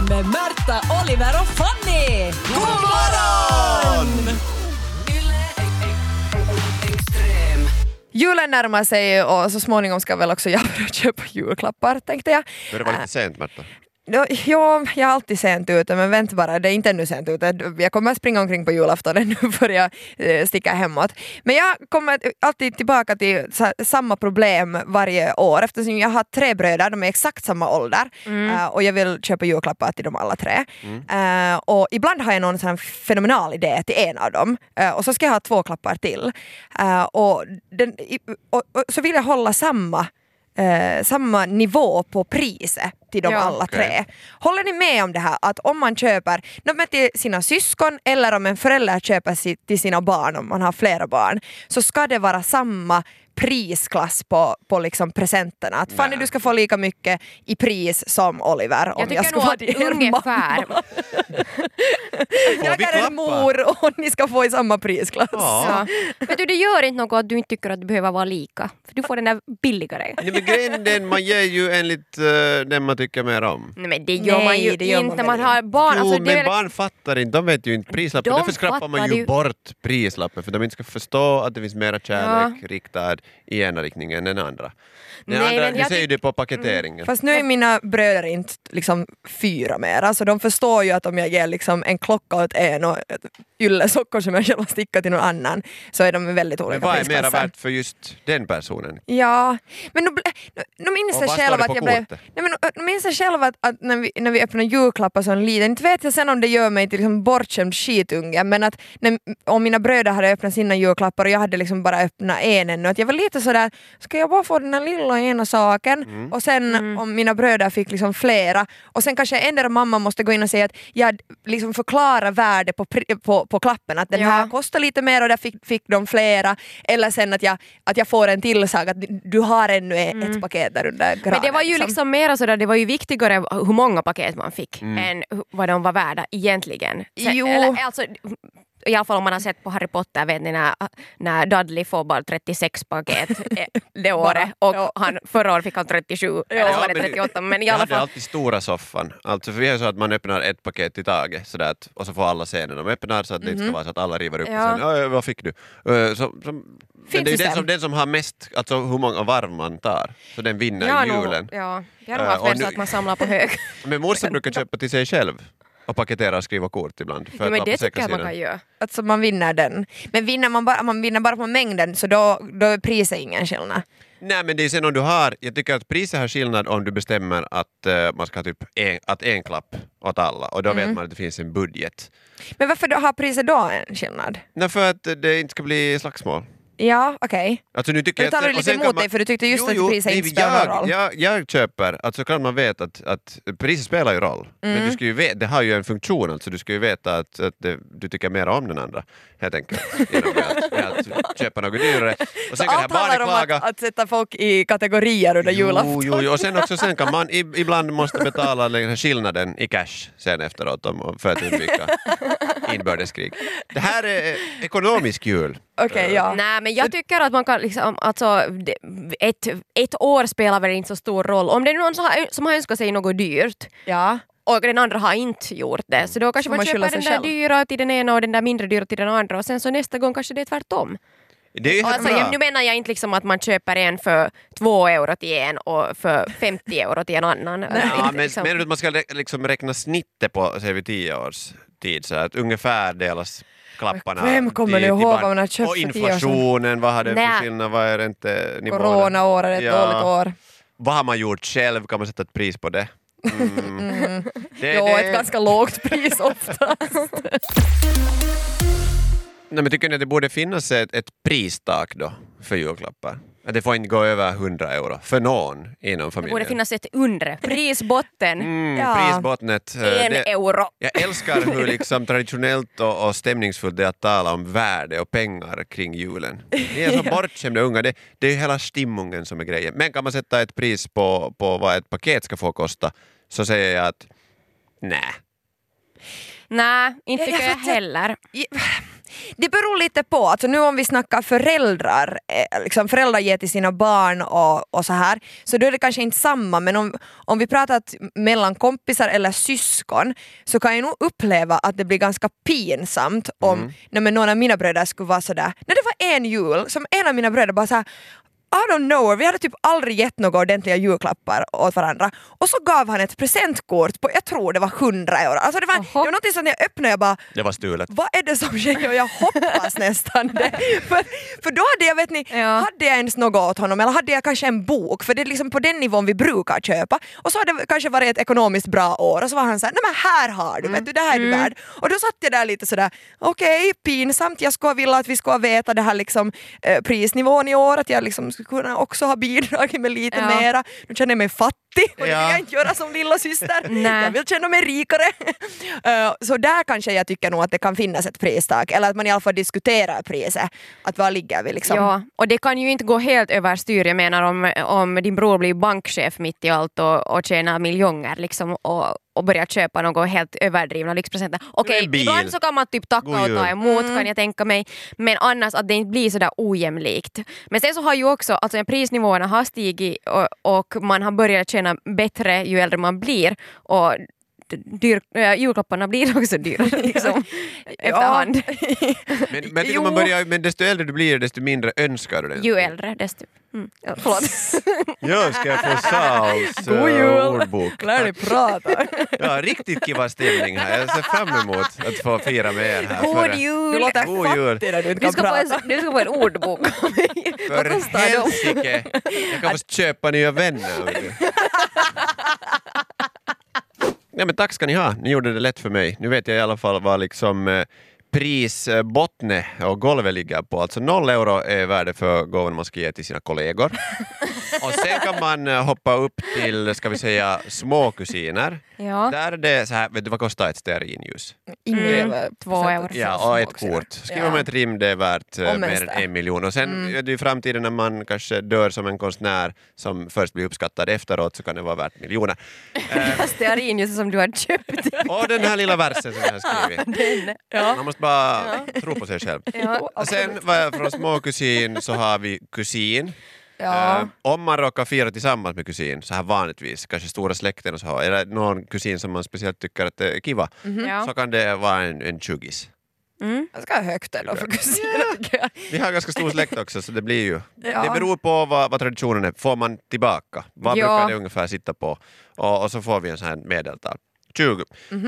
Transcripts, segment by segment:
Julklapparspodden med Märta, Oliver och Fanny! God morgon! Julen närmar sig och så småningom ska väl också jag börja köpa julklappar, tänkte jag. Det var lite sent, Märta. Ja, jag är alltid sent ute, men vänta bara, det är inte ännu sent ute. Jag kommer att springa omkring på julafton nu för jag sticka hemåt. Men jag kommer alltid tillbaka till samma problem varje år eftersom jag har 3 bröder, de är exakt samma ålder och jag vill köpa julklappar till dem alla 3. Och ibland har jag någon sån fenomenal idé till en av dem och så ska jag ha 2 klappar till. Och så vill jag hålla samma nivå på priset till dem alla 3. Håller ni med om det här att om man köper till sina syskon eller om en förälder köper till sina barn, om man har flera barn, så ska det vara samma prisklass på liksom presenterna. Att Fanny, du ska få lika mycket i pris som Oliver. Jag tycker nog att ungefär. Jag är en mor och ni ska få i samma prisklass. Ja. Vet du, det gör inte något att du inte tycker att det behöver vara lika. För du får den där billigare. Nej, men grejen den, man ger ju enligt den man tycker mer om. Nej, men det gör man ju inte när man har barn. Jo, alltså, men barn fattar inte, de vet ju inte prislappen. Därför skrappar man ju bort prislappen för de inte ska förstå att det finns mera kärlek riktad i ena riktningen än den andra. Du ser ju det på paketeringen. Fast nu är mina bröder inte liksom 4 mer. Alltså de förstår ju att om jag ger liksom en klocka åt en och yllesockor som jag själv har stickat till någon annan, så är de väldigt olika. Men vad är mera värt för just den personen? Ja, men nu minns jag själv att jag blev... Nu minns jag själv att när vi öppnade julklappar så en liten, inte vet jag sen om det gör mig till liksom bortskämd skitunge, men att om mina bröder hade öppnat sina julklappar och jag hade liksom bara öppnat en ännu, att jag var lite sådär, ska jag bara få den här lilla ena saken och sen om mina bröder fick liksom flera och sen kanske ändå mamma måste gå in och säga att jag liksom förklarar värde på klappen, att den här kostar lite mer och där fick de flera, eller sen att jag får en tillsag att du har ännu ett paket där under granen. Men det var ju liksom mer sådär, det var ju viktigare hur många paket man fick än vad de var värda egentligen. I alla fall om man har sett på Harry Potter, vet ni när Dudley får bara 36 paket det året och förra året fick han 37 eller så var det 38, men i alla fall. Jag hade alltid stora soffan, alltså för vi är så att man öppnar ett paket i taget sådär att, och så får alla se när de öppnar så att det inte ska vara så att alla river upp och sen, vad fick du? Men det är ju den som har mest, alltså hur många varv man tar, så den vinner julen. Jag har nog haft så att man samlar på hög. Men morsan brukar köpa till sig själv och paketera och skriva kort ibland. För men det tycker jag man kan göra. Alltså man vinner den. Men man vinner bara på mängden, så då är priset ingen skillnad. Nej, men det är sen om du har, jag tycker att priset har skillnad om du bestämmer att man ska ha typ en klapp åt alla och då vet man att det finns en budget. Men varför har priset då en skillnad? Nej, för att det inte ska bli slagsmål. Ja, okej. Alltså, nu tycker du talar lite emot dig för du tyckte just att priset inte spelar någon roll. Jag köper, alltså kan man veta att priset spelar ju roll. Men du ska ju veta, det har ju en funktion, alltså du ska ju veta att du tycker mer om den andra, helt enkelt. Att köpa något dyrare. Och sen så allt handlar om att sätta folk i kategorier under julafton. Jo, och sen kan man ibland måste betala skillnaden i cash sen efteråt för att undvika inbördeskrig. Det här är ekonomisk jul. Okej, ja. Nej, men jag tycker att man kan liksom, alltså, ett år spelar väl inte så stor roll. Om det är någon som har önskat sig något dyrt och den andra har inte gjort det, så då kanske man köper den där dyra till den ena och den där mindre dyra till den andra och sen så nästa gång kanske det är tvärtom. Det är alltså, nu menar jag inte liksom att man köper en för 2 euro till en och för 50 euro till en annan. Ja, men menar du att man ska liksom räkna snittet på, säger vi, 10 års tid så att ungefär delas klapparna. Vem kommer nu ihåg vad man har köpt och för 10 år sedan? Inflationen, vad har det för skillnad, vad är räntenivån? Corona-år är ett dåligt år. Vad har man gjort själv? Kan man sätta ett pris på det? Ett ganska lågt pris oftast. Nej, men tycker ni att det borde finnas ett pristak då för julklappar? Att det får inte gå över 100 euro för någon inom familjen. Det borde finnas ett undre. Prisbotten. Prisbottnet. 1 euro. Jag älskar hur liksom traditionellt och stämningsfullt det är att tala om värde och pengar kring julen. Ni är så bortskämda unga. Det är ju hela stimmungen som är grejen. Men kan man sätta ett pris på vad ett paket ska få kosta, så säger jag att nej, inte tycker jag heller. Det beror lite på. Alltså nu om vi snackar föräldrar, liksom föräldrar ger till sina barn och så här, så då är det kanske inte samma, men om vi pratar mellan kompisar eller syskon så kan jag nog uppleva att det blir ganska pinsamt om någon av mina bröder skulle vara sådär. När det var en jul som en av mina bröder bara såhär I don't know, vi hade typ aldrig gett några ordentliga julklappar åt varandra. Och så gav han ett presentkort på, jag tror det var 100 euro. Alltså det var något som jag öppnade och jag bara... Det var stulet. Vad är det som sker? Och jag hoppas nästan det. För då hade jag, vet ni, hade jag ens något åt honom eller hade jag kanske en bok? För det är liksom på den nivån vi brukar köpa. Och så hade det kanske varit ett ekonomiskt bra år och så var han såhär, nej men här har du, vet du, det här är du värd. Och då satt jag där lite sådär, okej, pinsamt, jag skulle vilja att vi skulle veta det här liksom prisnivån i år, att jag liksom kunna också ha bidragit med lite mera. Nu känner jag mig fattig och det vill jag inte göra som lilla syster. Jag vill känna mig rikare. Så där kanske jag tycker nog att det kan finnas ett pristag eller att man i alla fall diskuterar priset. Att vad ligger vi liksom? Ja, och det kan ju inte gå helt överstyr. Jag menar om din bror blir bankchef mitt i allt och tjänar miljoner liksom och börjar köpa något helt överdrivna lyxpresenter. Okej, ibland så kan man typ tacka och ta emot kan jag tänka mig. Men annars att det inte blir sådär ojämlikt. Men sen så har ju också, alltså när prisnivåerna har stigit och man har börjat tjäna bättre ju äldre man blir och julklapparna blir också dyrare liksom, efterhand. Men desto äldre du blir desto mindre önskar du den. Ju äldre desto... förlåt. Jag ska få Sauls ordbok. Lär dig prata. Ja, riktigt kiva stämning här. Jag ser fram emot att få fira med er här. God jul! Du låter fattig när du inte kan prata. Du ska få en ordbok. För helsike. Jag kan få köpa nya vänner. Ja, men tack ska ni ha. Ni gjorde det lätt för mig. Nu vet jag i alla fall vad liksom prisbottne och golvet ligger på. Alltså 0 euro är värde för gåvan man ska ge till sina kollegor. Och sen kan man hoppa upp till, ska vi säga, småkusiner. Ja. Där är det så här, vet du vad kostar ett stearinljus? 2 euro. Ja, och ett kort. Skriver man ett rim, det är värt mer än 1 miljon. Och sen är det i framtiden när man kanske dör som en konstnär som först blir uppskattad efteråt så kan det vara värt miljoner. Stearinljus som du har köpt. Och den här lilla versen som jag har skrivit. Man måste bara tro på sig själv. Och sen från småkusin så har vi kusin. Om man råkar fira tillsammans med kusin så här vanligtvis, kanske stora släkten och så, eller någon kusin som man speciellt tycker att det är kiva, så kan det vara en 20. Jag ska ha högt ändå för kusiner tycker jag. Vi har ganska stor släkt också så det blir ju, det beror på vad traditionen är, får man tillbaka, vad brukar det ungefär sitta på och så får vi en sån här medeltal 20.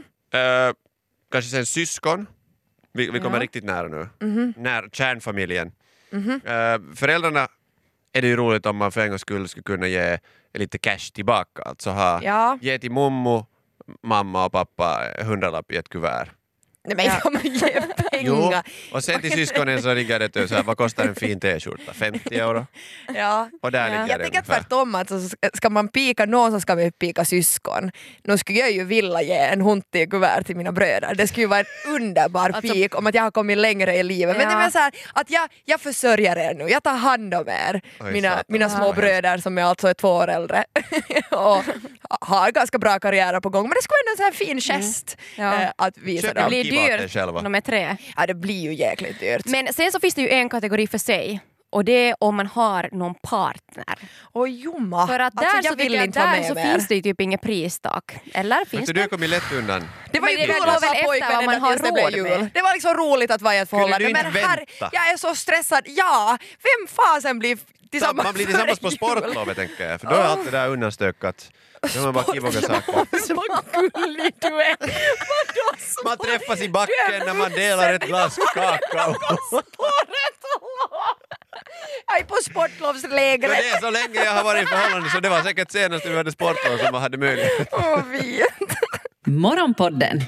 Kanske sen syskon, vi kommer riktigt nära nu, när kärnfamiljen. Föräldrarna är det ju roligt om man för en gångs skull skulle kunna ge lite cash tillbaka. Alltså ge till mamma och pappa 100-lapp i ett kuvert. Nej men kan man ge pengar? Jo, och sen till syskonen så ligger det så här, vad kostar en fin t-skjorta? 50 euro? Ja. Och där ligger jag tänker tvärtom att så ska man pika någon så ska vi pika syskon. Nu skulle jag ju vilja ge en huntig kuvert till mina bröder. Det skulle ju vara en underbar pik om att jag har kommit längre i livet. Men det är så här, att jag försörjer er nu. Jag tar hand om er. Mina små bröder som är alltså 2 år äldre. Och har ganska bra karriär på gång. Men det skulle ändå en sån här fin gest att visa dem. Det blir dyrt nummer 3. Ja, det blir ju jäkligt dyrt. Men sen så finns det ju en kategori för sig. Och det är om man har någon partner. Jumma. För att där så, finns det ju typ inget pristak. Eller finns det? Du har kommit lätt undan. Det var ju kul att vara pojkvännen att det blev jul. Det var liksom roligt att vara i ett förhållande. Men jag är så stressad. Ja, vem fasen blir tillsammans? Man blir tillsammans på sportlovet tänker jag. För då är allt det där undanstökat. Då man bara kivoga saker. Så gullig du är. Man träffas i backen när man delar ett glas kakao. Jag är på sportlovslägret. Det är så länge jag har varit i förhållande så det var säkert senast vi hade sportlov som man hade möjlighet. Morgonpodden.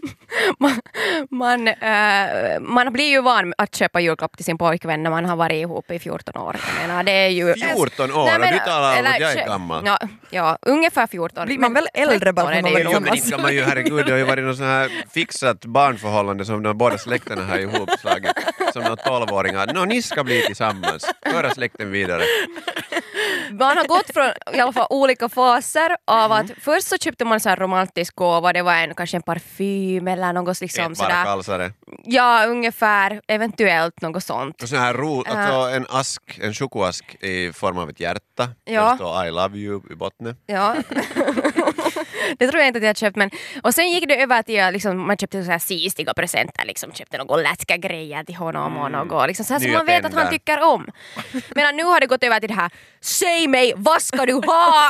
Man blir ju van att köpa julklapp till sin pojkvän när man har varit ihop i 14 år. Jag menar, det är ju 14 år? Nej, du talar om att jag är gammal. Ja, ungefär 14. Blir man väl äldre bara för man men inte kan man ju, herregud, det har ju varit något sån här fixat barnförhållande som de båda släkterna har ihopslagit som några 12-åringar. Ni ska bli tillsammans. Föra släkten vidare. man har gått från i alla fall olika faser av att först så köpte man så här romantisk gåva, det var kanske en parfym eller något liksom sådär. Kalsare. Ja, ungefär, eventuellt något sånt. Och så här alltså en chokoask i form av ett hjärta. Ja. Det står I love you i botten. Ja. Det tror jag inte att jag köpt, men och sen gick det över till liksom, man köpte så här sistiga presenter, liksom köpte något lätska grejer till honom och något liksom, så här som man vet att han tycker om. Men nu har det gått över till det här, säg mig, vad ska du ha?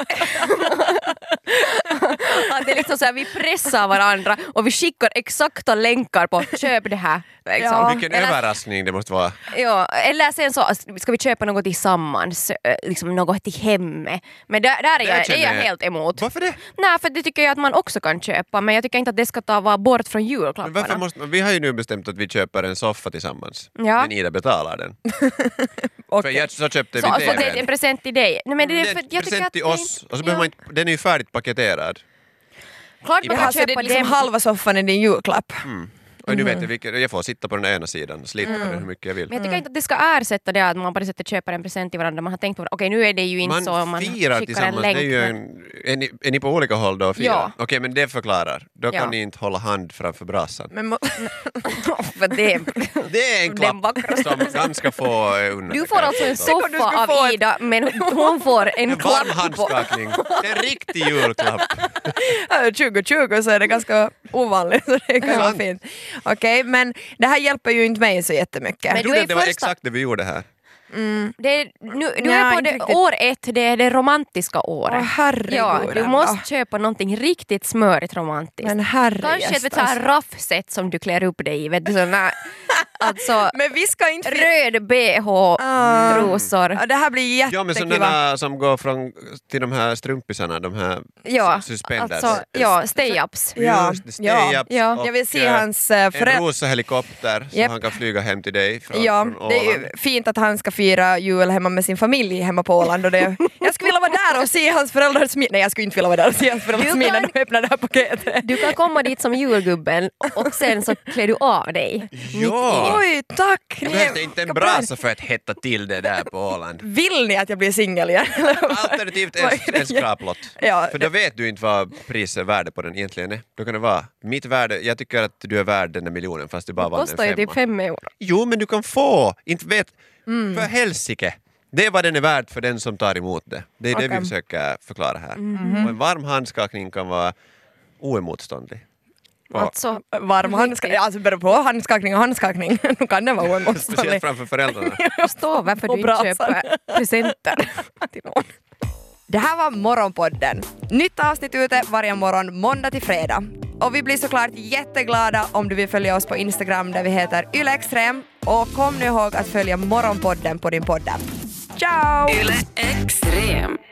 Att det är liksom så här, vi pressar varandra och vi skickar exakta länkar på köp det här. Liksom. Ja. Vilken överraskning det måste vara. Ja, eller sen så ska vi köpa något tillsammans, liksom något till hemmet. Men där är jag helt emot. Varför det? Nej, för det tycker jag att man också kan köpa, men jag tycker inte att det ska vara bort från julklapparna. Varför måste vi har ju nu bestämt att vi köper en soffa tillsammans. Ja. Men Ida betalar den. Okay. För så köpte Så vi alltså, det är TV:n. en present till dig. Nej, men det är Det är för, en jag tycker present att till oss. Och så behöver man inte, den är ju färdigt paketerad. klart man kan Alltså, det köpa är liksom den. halva soffan i din julklapp. Och nu vet jag får sitta på den ena sidan och slita på den hur mycket jag vill. Men jag tycker inte att det ska ersätta det att man bara sätter köper en present till varandra. Man har tänkt på okej, nu är det ju inte så man firar skickar en tillsammans, länk. det är ju är ni på olika håll då och firar? Ja. Okej, men det förklarar. Då Ja. kan ni inte hålla hand framför brasan. Men För det. Det är en Den klapp vackra. som ganska få unna. Du får alltså en Tänk om du soffa skulle få av Ida, men hon får en En varm klapp på. handskakning. En riktig julklapp. 2020 så är det ganska ovanligt så det kan vara fint. Okej, men det här hjälper ju inte mig så jättemycket. Men Jag du trodde är att det var första- exakt det vi gjorde här. Du Ja, är på inte det, riktigt. år 1, det är det romantiska året. Herregud. Ja, du måste köpa någonting riktigt smörigt romantiskt. Men herre Kanske ett så här raffset som du klär upp dig i. Vet du, såna, alltså Men vi ska inte... röd bh-trosor. Ja, det här blir Ja, men jättekiva. sådana som går till de här strumpisarna, de här Ja, suspenders. alltså, ja, stay-ups. Ja, Just det, stay-ups ja. och, Jag vill se hans en föräldrar. rosa helikopter så Japp. han kan flyga hem till dig från Ja, Åland. det är ju fint att han ska fira jul hemma med sin familj hemma på Åland. Och jag skulle vilja vara där och se hans föräldrars min. Nej, jag skulle inte vilja vara där och se hans föräldrars min när de öppnar det här paketet. Du kan komma dit som julgubben och sen så klär du av dig. Ja! Oj, tack! Det behövs inte en brasa för att hetta till det där på Åland. Vill ni att jag blir singel igen? Alternativt Vad är det? en skraplott. Ja, För då vet du inte vad värde på den egentligen är. Då kan det vara, mitt värde, jag tycker att du är värd den där miljonen fast du bara vann en Kostar ju 5. typ 5 euro. Jo, men du kan få, inte vet, för helsike. Det är vad den är värd för den som tar emot det. Det är det vi försöker förklara här. Och en varm handskakning kan vara oemotståndlig. Och Alltså, varm handskakning. Alltså beror på handskakning och handskakning. Nu kan det vara oemotståndlig. speciellt framför föräldrarna. jag förstår varför Och du inte brasan. köper presenter till någon. Det här var Morgonpodden. Nytt avsnitt ute varje morgon måndag till fredag. Och vi blir såklart jätteglada om du vill följa oss på Instagram där vi heter YleExtrem. Och kom nu ihåg att följa Morgonpodden på din poddapp. Ciao! Yle Extrem.